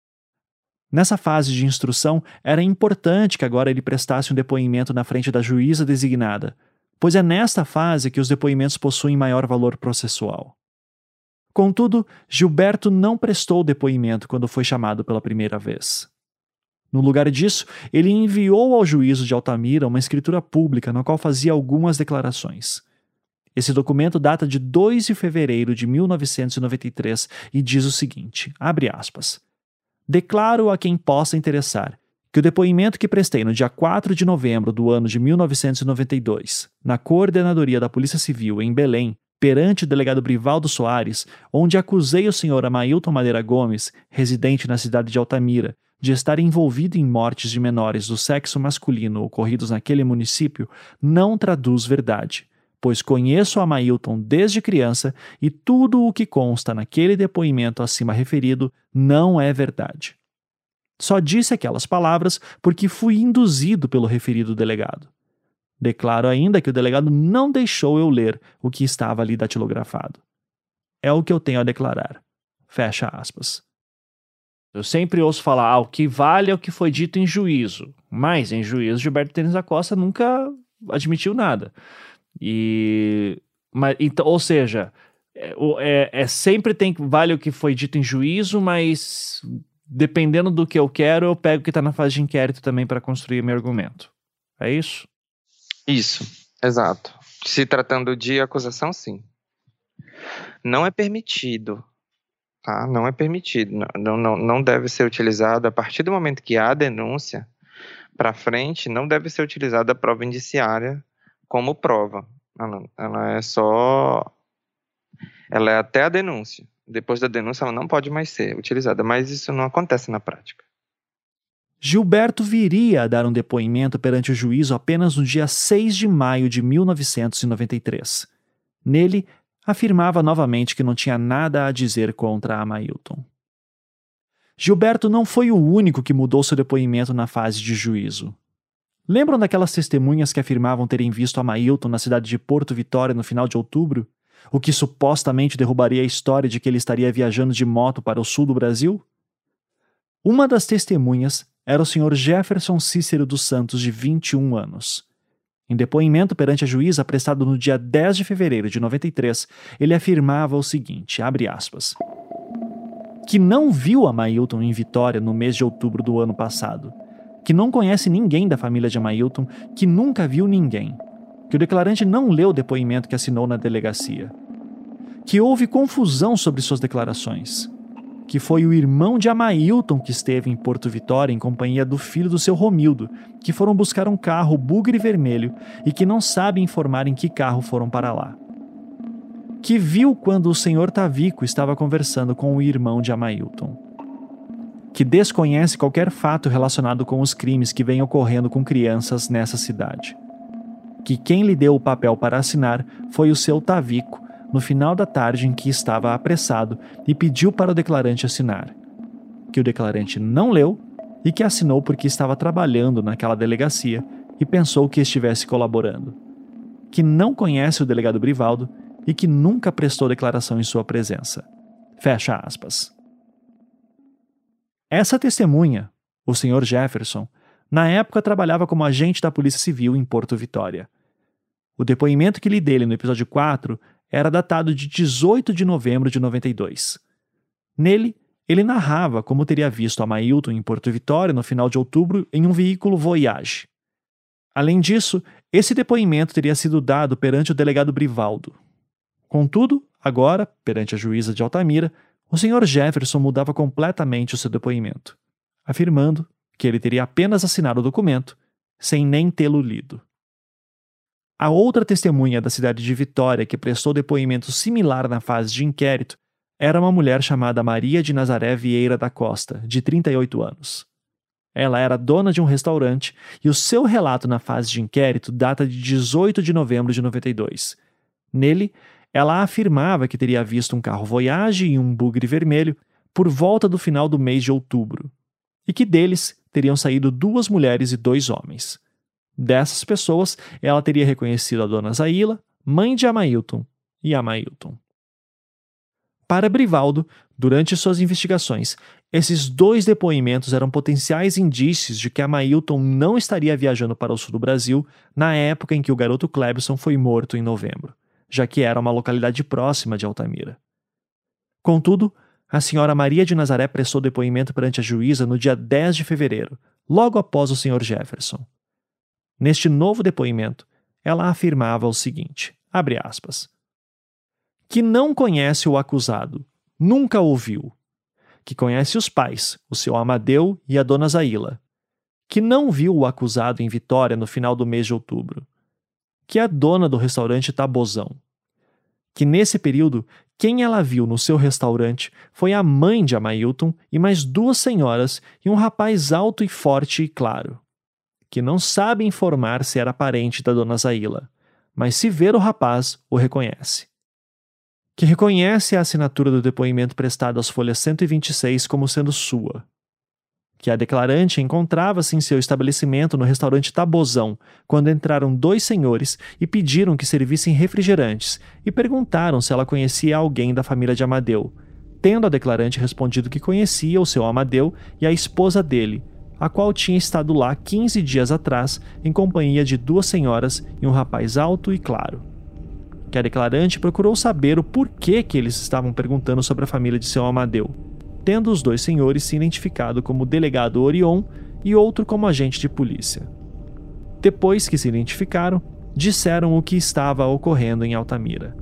Nessa fase de instrução, era importante que agora ele prestasse um depoimento na frente da juíza designada, pois é nesta fase que os depoimentos possuem maior valor processual. Contudo, Gilberto não prestou depoimento quando foi chamado pela primeira vez. No lugar disso, ele enviou ao juízo de Altamira uma escritura pública na qual fazia algumas declarações. Esse documento data de 2 de fevereiro de 1993 e diz o seguinte, abre aspas, declaro a quem possa interessar que o depoimento que prestei no dia 4 de novembro do ano de 1992, na Coordenadoria da Polícia Civil em Belém, perante o delegado Brivaldo Soares, onde acusei o senhor Amailton Madeira Gomes, residente na cidade de Altamira, de estar envolvido em mortes de menores do sexo masculino ocorridos naquele município, não traduz verdade, pois conheço o Amailton desde criança e tudo o que consta naquele depoimento acima referido não é verdade. Só disse aquelas palavras porque fui induzido pelo referido delegado. Declaro ainda que o delegado não deixou eu ler o que estava ali datilografado. É o que eu tenho a declarar. Fecha aspas. Eu sempre ouço falar, o que vale é o que foi dito em juízo. Mas em juízo, Gilberto Denis da Costa nunca admitiu nada. Então, ou seja, sempre vale o que foi dito em juízo, mas dependendo do que eu quero, eu pego o que está na fase de inquérito também para construir meu argumento. É isso? Isso, exato. Se tratando de acusação, sim. Não é permitido, tá? Não é permitido. Não deve ser utilizado, a partir do momento que há denúncia, para frente, não deve ser utilizada a prova indiciária como prova. Ela é até a denúncia. Depois da denúncia, ela não pode mais ser utilizada, mas isso não acontece na prática. Gilberto viria a dar um depoimento perante o juízo apenas no dia 6 de maio de 1993. Nele, afirmava novamente que não tinha nada a dizer contra Amailton. Gilberto não foi o único que mudou seu depoimento na fase de juízo. Lembram daquelas testemunhas que afirmavam terem visto Amailton na cidade de Porto Vitória no final de outubro? O que supostamente derrubaria a história de que ele estaria viajando de moto para o sul do Brasil? Uma das testemunhas era o senhor Jefferson Cícero dos Santos, de 21 anos. Em depoimento perante a juíza prestado no dia 10 de fevereiro de 93, ele afirmava o seguinte, abre aspas, que não viu Amailton em Vitória no mês de outubro do ano passado, que não conhece ninguém da família de Amailton, que nunca viu ninguém, que o declarante não leu o depoimento que assinou na delegacia, que houve confusão sobre suas declarações, que foi o irmão de Amailton que esteve em Porto Vitória em companhia do filho do seu Romildo, que foram buscar um carro bugre vermelho e que não sabe informar em que carro foram para lá. Que viu quando o senhor Tavico estava conversando com o irmão de Amailton. Que desconhece qualquer fato relacionado com os crimes que vêm ocorrendo com crianças nessa cidade. que quem lhe deu o papel para assinar foi o seu Tavico, no final da tarde em que estava apressado e pediu para o declarante assinar, que o declarante não leu e que assinou porque estava trabalhando naquela delegacia e pensou que estivesse colaborando, que não conhece o delegado Brivaldo e que nunca prestou declaração em sua presença. Fecha aspas. Essa testemunha, o Sr. Jefferson, na época trabalhava como agente da Polícia Civil em Porto Vitória. O depoimento que li dele no episódio 4 era datado de 18 de novembro de 92. Nele, ele narrava como teria visto a Mailton em Porto Vitória no final de outubro em um veículo Voyage. Além disso, esse depoimento teria sido dado perante o delegado Brivaldo. Contudo, agora, perante a juíza de Altamira, o Sr. Jefferson mudava completamente o seu depoimento, afirmando que ele teria apenas assinado o documento, sem nem tê-lo lido. A outra testemunha da cidade de Vitória que prestou depoimento similar na fase de inquérito era uma mulher chamada Maria de Nazaré Vieira da Costa, de 38 anos. Ela era dona de um restaurante e o seu relato na fase de inquérito data de 18 de novembro de 92. Nele, ela afirmava que teria visto um carro Voyage e um bugre vermelho por volta do final do mês de outubro, e que deles teriam saído 2 mulheres e 2 homens. Dessas pessoas, ela teria reconhecido a dona Zaila, mãe de Amailton, e Amailton. Para Brivaldo, durante suas investigações, esses 2 depoimentos eram potenciais indícios de que Amailton não estaria viajando para o sul do Brasil na época em que o garoto Clebson foi morto em novembro, já que era uma localidade próxima de Altamira. Contudo, a senhora Maria de Nazaré prestou depoimento perante a juíza no dia 10 de fevereiro, logo após o Sr. Jefferson. Neste novo depoimento, ela afirmava o seguinte, abre aspas, que não conhece o acusado, nunca o viu, que conhece os pais, o seu Amadeu e a dona Zaila, que não viu o acusado em Vitória no final do mês de outubro, que é a dona do restaurante Tabozão, que nesse período quem ela viu no seu restaurante foi a mãe de Amailton e mais 2 senhoras e um rapaz alto e forte e claro, que não sabe informar se era parente da dona Zaila, mas se ver o rapaz, o reconhece. Que reconhece a assinatura do depoimento prestado às folhas 126 como sendo sua. Que a declarante encontrava-se em seu estabelecimento no restaurante Tabozão, quando entraram 2 senhores e pediram que servissem refrigerantes e perguntaram se ela conhecia alguém da família de Amadeu, tendo a declarante respondido que conhecia o seu Amadeu e a esposa dele, a qual tinha estado lá 15 dias atrás em companhia de 2 senhoras e um rapaz alto e claro. Que a declarante procurou saber o porquê que eles estavam perguntando sobre a família de seu Amadeu, tendo os 2 senhores se identificado como delegado Orion e outro como agente de polícia. Depois que se identificaram, disseram o que estava ocorrendo em Altamira.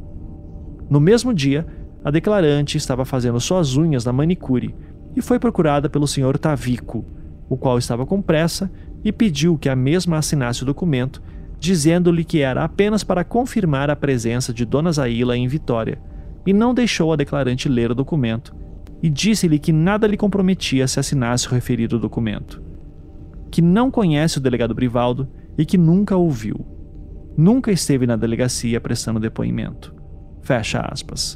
No mesmo dia, a declarante estava fazendo suas unhas na manicure e foi procurada pelo Sr. Tavico, o qual estava com pressa e pediu que a mesma assinasse o documento, dizendo-lhe que era apenas para confirmar a presença de dona Zaila em Vitória, e não deixou a declarante ler o documento, e disse-lhe que nada lhe comprometia se assinasse o referido documento. Que não conhece o delegado Brivaldo e que nunca o viu. Nunca esteve na delegacia prestando depoimento. Fecha aspas.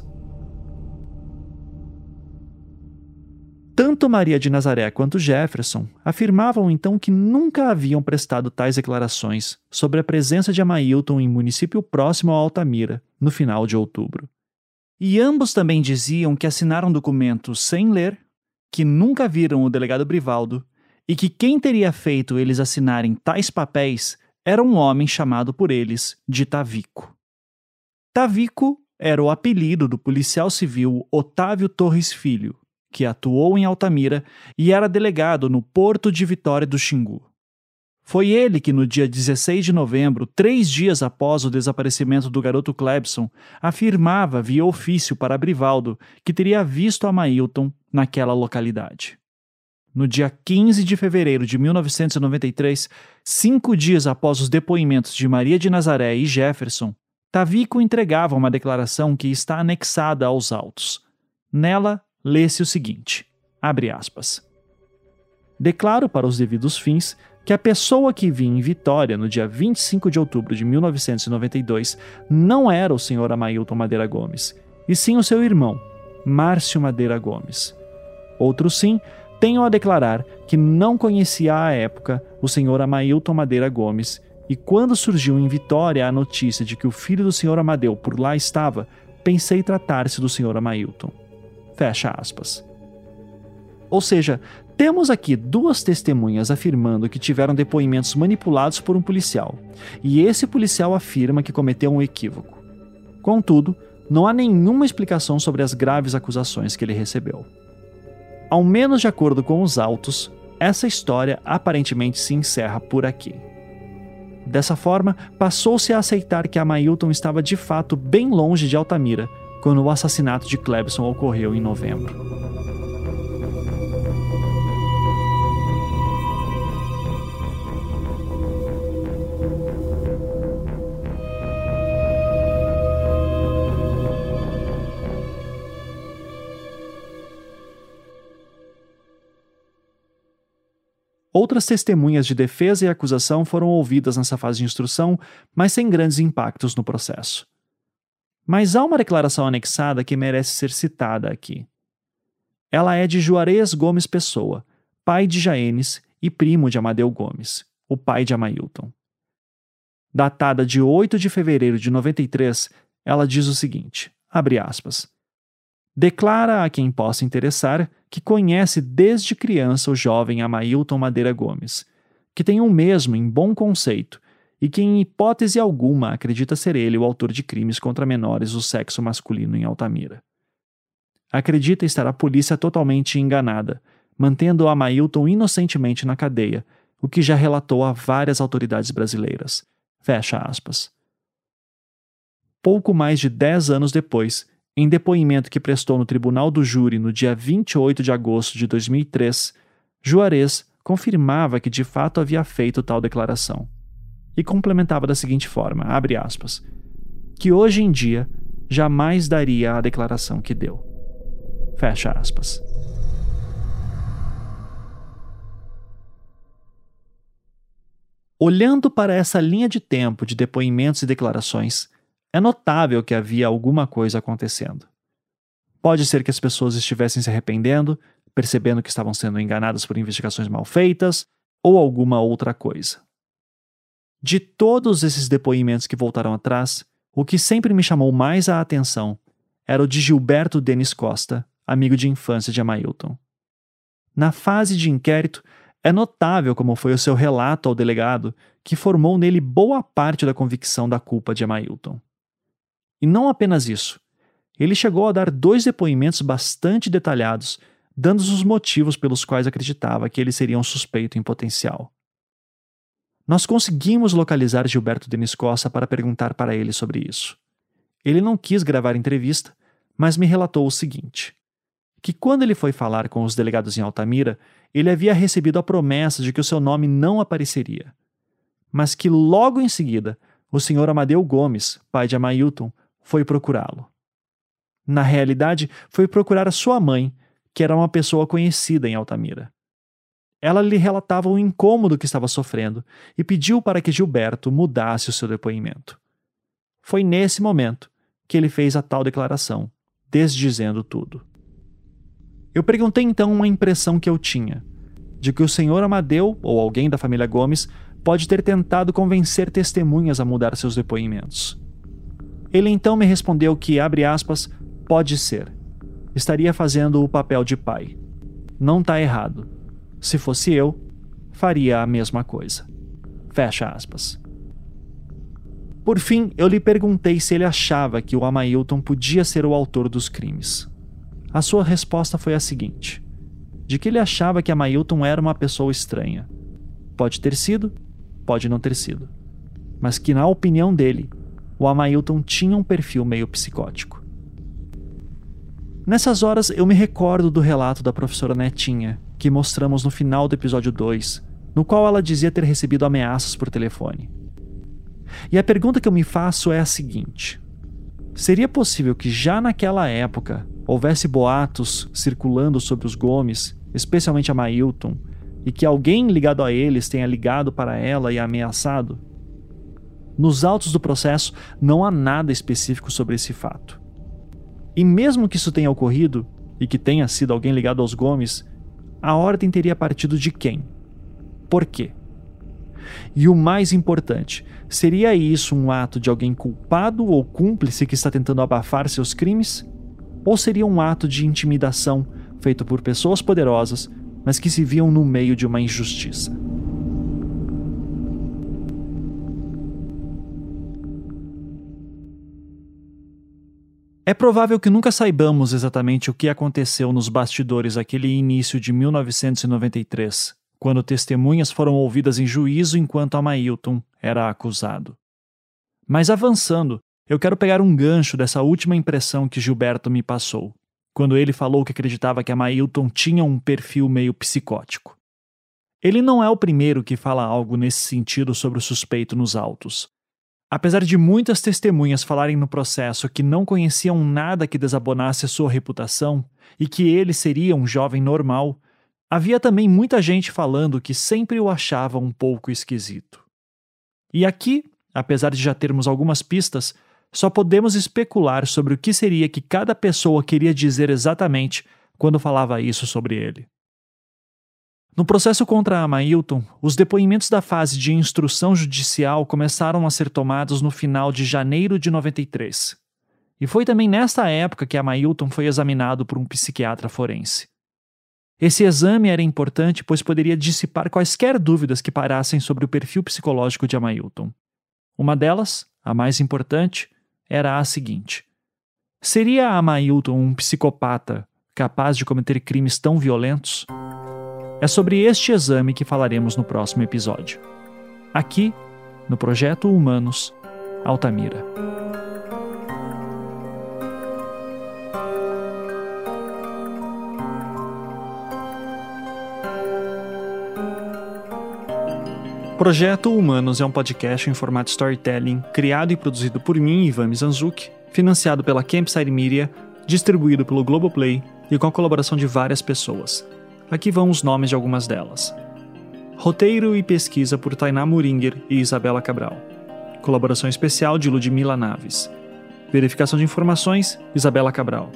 Tanto Maria de Nazaré quanto Jefferson afirmavam então que nunca haviam prestado tais declarações sobre a presença de Amailton em município próximo a Altamira, no final de outubro. E ambos também diziam que assinaram documentos sem ler, que nunca viram o delegado Brivaldo e que quem teria feito eles assinarem tais papéis era um homem chamado por eles de Tavico. Tavico era o apelido do policial civil Otávio Torres Filho, que atuou em Altamira e era delegado no Porto de Vitória do Xingu. Foi ele que, no dia 16 de novembro, 3 dias após o desaparecimento do garoto Clebson, afirmava via ofício para Brivaldo que teria visto Amailton naquela localidade. No dia 15 de fevereiro de 1993, 5 dias após os depoimentos de Maria de Nazaré e Jefferson, Tavico entregava uma declaração que está anexada aos autos. Nela, lê-se o seguinte, abre aspas. Declaro para os devidos fins que a pessoa que vinha em Vitória no dia 25 de outubro de 1992 não era o Sr. Amailton Madeira Gomes, e sim o seu irmão, Márcio Madeira Gomes. Outros sim tenham a declarar que não conhecia à época o Sr. Amailton Madeira Gomes, e quando surgiu em Vitória a notícia de que o filho do Sr. Amadeu por lá estava, pensei tratar-se do Sr. Amailton. Fecha aspas. Ou seja, temos aqui duas testemunhas afirmando que tiveram depoimentos manipulados por um policial, e esse policial afirma que cometeu um equívoco. Contudo, não há nenhuma explicação sobre as graves acusações que ele recebeu. Ao menos de acordo com os autos, essa história aparentemente se encerra por aqui. Dessa forma, passou-se a aceitar que Amailton estava de fato bem longe de Altamira quando o assassinato de Clebson ocorreu em novembro. Outras testemunhas de defesa e acusação foram ouvidas nessa fase de instrução, mas sem grandes impactos no processo. Mas há uma declaração anexada que merece ser citada aqui. Ela é de Juarez Gomes Pessoa, pai de Jaenes e primo de Amadeu Gomes, o pai de Amailton. Datada de 8 de fevereiro de 93, ela diz o seguinte, abre aspas, declara a quem possa interessar que conhece desde criança o jovem Amailton Madeira Gomes, que tem o mesmo em bom conceito e que em hipótese alguma acredita ser ele o autor de crimes contra menores do sexo masculino em Altamira. Acredita estar a polícia totalmente enganada, mantendo o Amailton inocentemente na cadeia, o que já relatou a várias autoridades brasileiras. Fecha aspas. Pouco mais de 10 anos depois, em depoimento que prestou no Tribunal do Júri no dia 28 de agosto de 2003, Juarez confirmava que de fato havia feito tal declaração. E complementava da seguinte forma, abre aspas, que hoje em dia jamais daria a declaração que deu. Fecha aspas. Olhando para essa linha de tempo de depoimentos e declarações, é notável que havia alguma coisa acontecendo. Pode ser que as pessoas estivessem se arrependendo, percebendo que estavam sendo enganadas por investigações mal feitas, ou alguma outra coisa. De todos esses depoimentos que voltaram atrás, o que sempre me chamou mais a atenção era o de Gilberto Denis Costa, amigo de infância de Amailton. Na fase de inquérito, é notável como foi o seu relato ao delegado que formou nele boa parte da convicção da culpa de Amailton. E não apenas isso. Ele chegou a dar 2 depoimentos bastante detalhados, dando os motivos pelos quais acreditava que ele seria um suspeito em potencial. Nós conseguimos localizar Gilberto Denis Costa para perguntar para ele sobre isso. Ele não quis gravar entrevista, mas me relatou o seguinte, que quando ele foi falar com os delegados em Altamira, ele havia recebido a promessa de que o seu nome não apareceria, mas que logo em seguida, o Sr. Amadeu Gomes, pai de Amailton, foi procurá-lo. Na realidade, foi procurar a sua mãe, que era uma pessoa conhecida em Altamira. Ela lhe relatava o incômodo que estava sofrendo e pediu para que Gilberto mudasse o seu depoimento. Foi nesse momento que ele fez a tal declaração, desdizendo tudo. Eu perguntei então uma impressão que eu tinha, de que o Sr. Amadeu, ou alguém da família Gomes, pode ter tentado convencer testemunhas a mudar seus depoimentos. Ele então me respondeu que, abre aspas, pode ser. Estaria fazendo o papel de pai. Não está errado. Se fosse eu, faria a mesma coisa. Fecha aspas. Por fim, eu lhe perguntei se ele achava que o Amailton podia ser o autor dos crimes. A sua resposta foi a seguinte, de que ele achava que Amailton era uma pessoa estranha. Pode ter sido, pode não ter sido. Mas que, na opinião dele, o Amailton tinha um perfil meio psicótico. Nessas horas, eu me recordo do relato da professora Netinha, que mostramos no final do episódio 2, no qual ela dizia ter recebido ameaças por telefone. E a pergunta que eu me faço é a seguinte: seria possível que já naquela época houvesse boatos circulando sobre os Gomes, especialmente Amailton, e que alguém ligado a eles tenha ligado para ela e ameaçado? Nos autos do processo não há nada específico sobre esse fato. E mesmo que isso tenha ocorrido, e que tenha sido alguém ligado aos Gomes, a ordem teria partido de quem? Por quê? E o mais importante, seria isso um ato de alguém culpado ou cúmplice que está tentando abafar seus crimes? Ou seria um ato de intimidação feito por pessoas poderosas, mas que se viam no meio de uma injustiça? É provável que nunca saibamos exatamente o que aconteceu nos bastidores aquele início de 1993, quando testemunhas foram ouvidas em juízo enquanto Amailton era acusado. Mas avançando, eu quero pegar um gancho dessa última impressão que Gilberto me passou, quando ele falou que acreditava que Amailton tinha um perfil meio psicótico. Ele não é o primeiro que fala algo nesse sentido sobre o suspeito nos autos. Apesar de muitas testemunhas falarem no processo que não conheciam nada que desabonasse a sua reputação e que ele seria um jovem normal, havia também muita gente falando que sempre o achava um pouco esquisito. E aqui, apesar de já termos algumas pistas, só podemos especular sobre o que seria que cada pessoa queria dizer exatamente quando falava isso sobre ele. No processo contra Amailton, os depoimentos da fase de instrução judicial começaram a ser tomados no final de janeiro de 93. E foi também nesta época que Amailton foi examinado por um psiquiatra forense. Esse exame era importante pois poderia dissipar quaisquer dúvidas que parassem sobre o perfil psicológico de Amailton. Uma delas, a mais importante, era a seguinte: seria Amailton um psicopata capaz de cometer crimes tão violentos? É sobre este exame que falaremos no próximo episódio. Aqui, no Projeto Humanos, Altamira. Projeto Humanos é um podcast em formato storytelling, criado e produzido por mim, Ivan Mizanzuki, financiado pela Campside Media, distribuído pelo Globoplay e com a colaboração de várias pessoas. Aqui vão os nomes de algumas delas. Roteiro e pesquisa por Tainá Muringer e Isabela Cabral. Colaboração especial de Ludmila Naves. Verificação de informações, Isabela Cabral.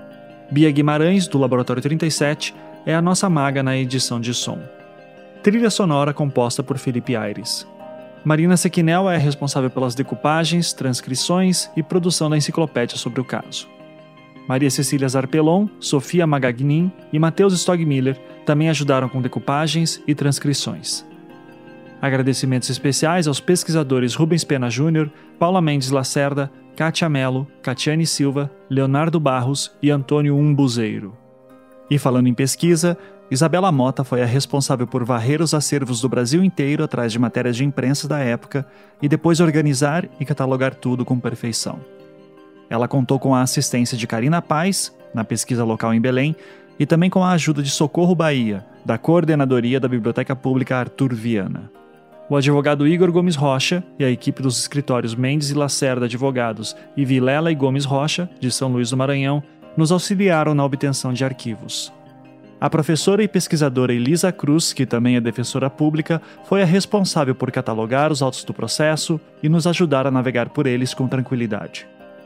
Bia Guimarães, do Laboratório 37, é a nossa maga na edição de som. Trilha sonora composta por Felipe Aires. Marina Sequinel é responsável pelas decupagens, transcrições e produção da enciclopédia sobre o caso. Maria Cecília Zarpelon, Sofia Magagnin e Matheus Stogmiller também ajudaram com decupagens e transcrições. Agradecimentos especiais aos pesquisadores Rubens Pena Júnior, Paula Mendes Lacerda, Kátia Mello, Catiane Silva, Leonardo Barros e Antônio Umbuzeiro. E falando em pesquisa, Isabela Mota foi a responsável por varrer os acervos do Brasil inteiro atrás de matérias de imprensa da época e depois organizar e catalogar tudo com perfeição. Ela contou com a assistência de Karina Paz, na pesquisa local em Belém, e também com a ajuda de Socorro Bahia, da Coordenadoria da Biblioteca Pública Arthur Viana. O advogado Igor Gomes Rocha e a equipe dos escritórios Mendes e Lacerda Advogados e Vilela e Gomes Rocha, de São Luís do Maranhão, nos auxiliaram na obtenção de arquivos. A professora e pesquisadora Elisa Cruz, que também é defensora pública, foi a responsável por catalogar os autos do processo e nos ajudar a navegar por eles com tranquilidade.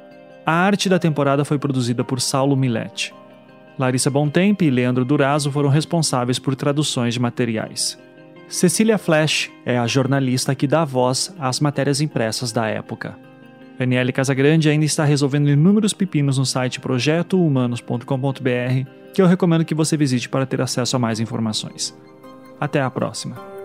A arte da temporada foi produzida por Saulo Milete. Larissa Bontempo e Leandro Durazo foram responsáveis por traduções de materiais. Cecília Flash é a jornalista que dá voz às matérias impressas da época. Daniele Casagrande ainda está resolvendo inúmeros pepinos no site projetohumanos.com.br, que eu recomendo que você visite para ter acesso a mais informações. Até a próxima!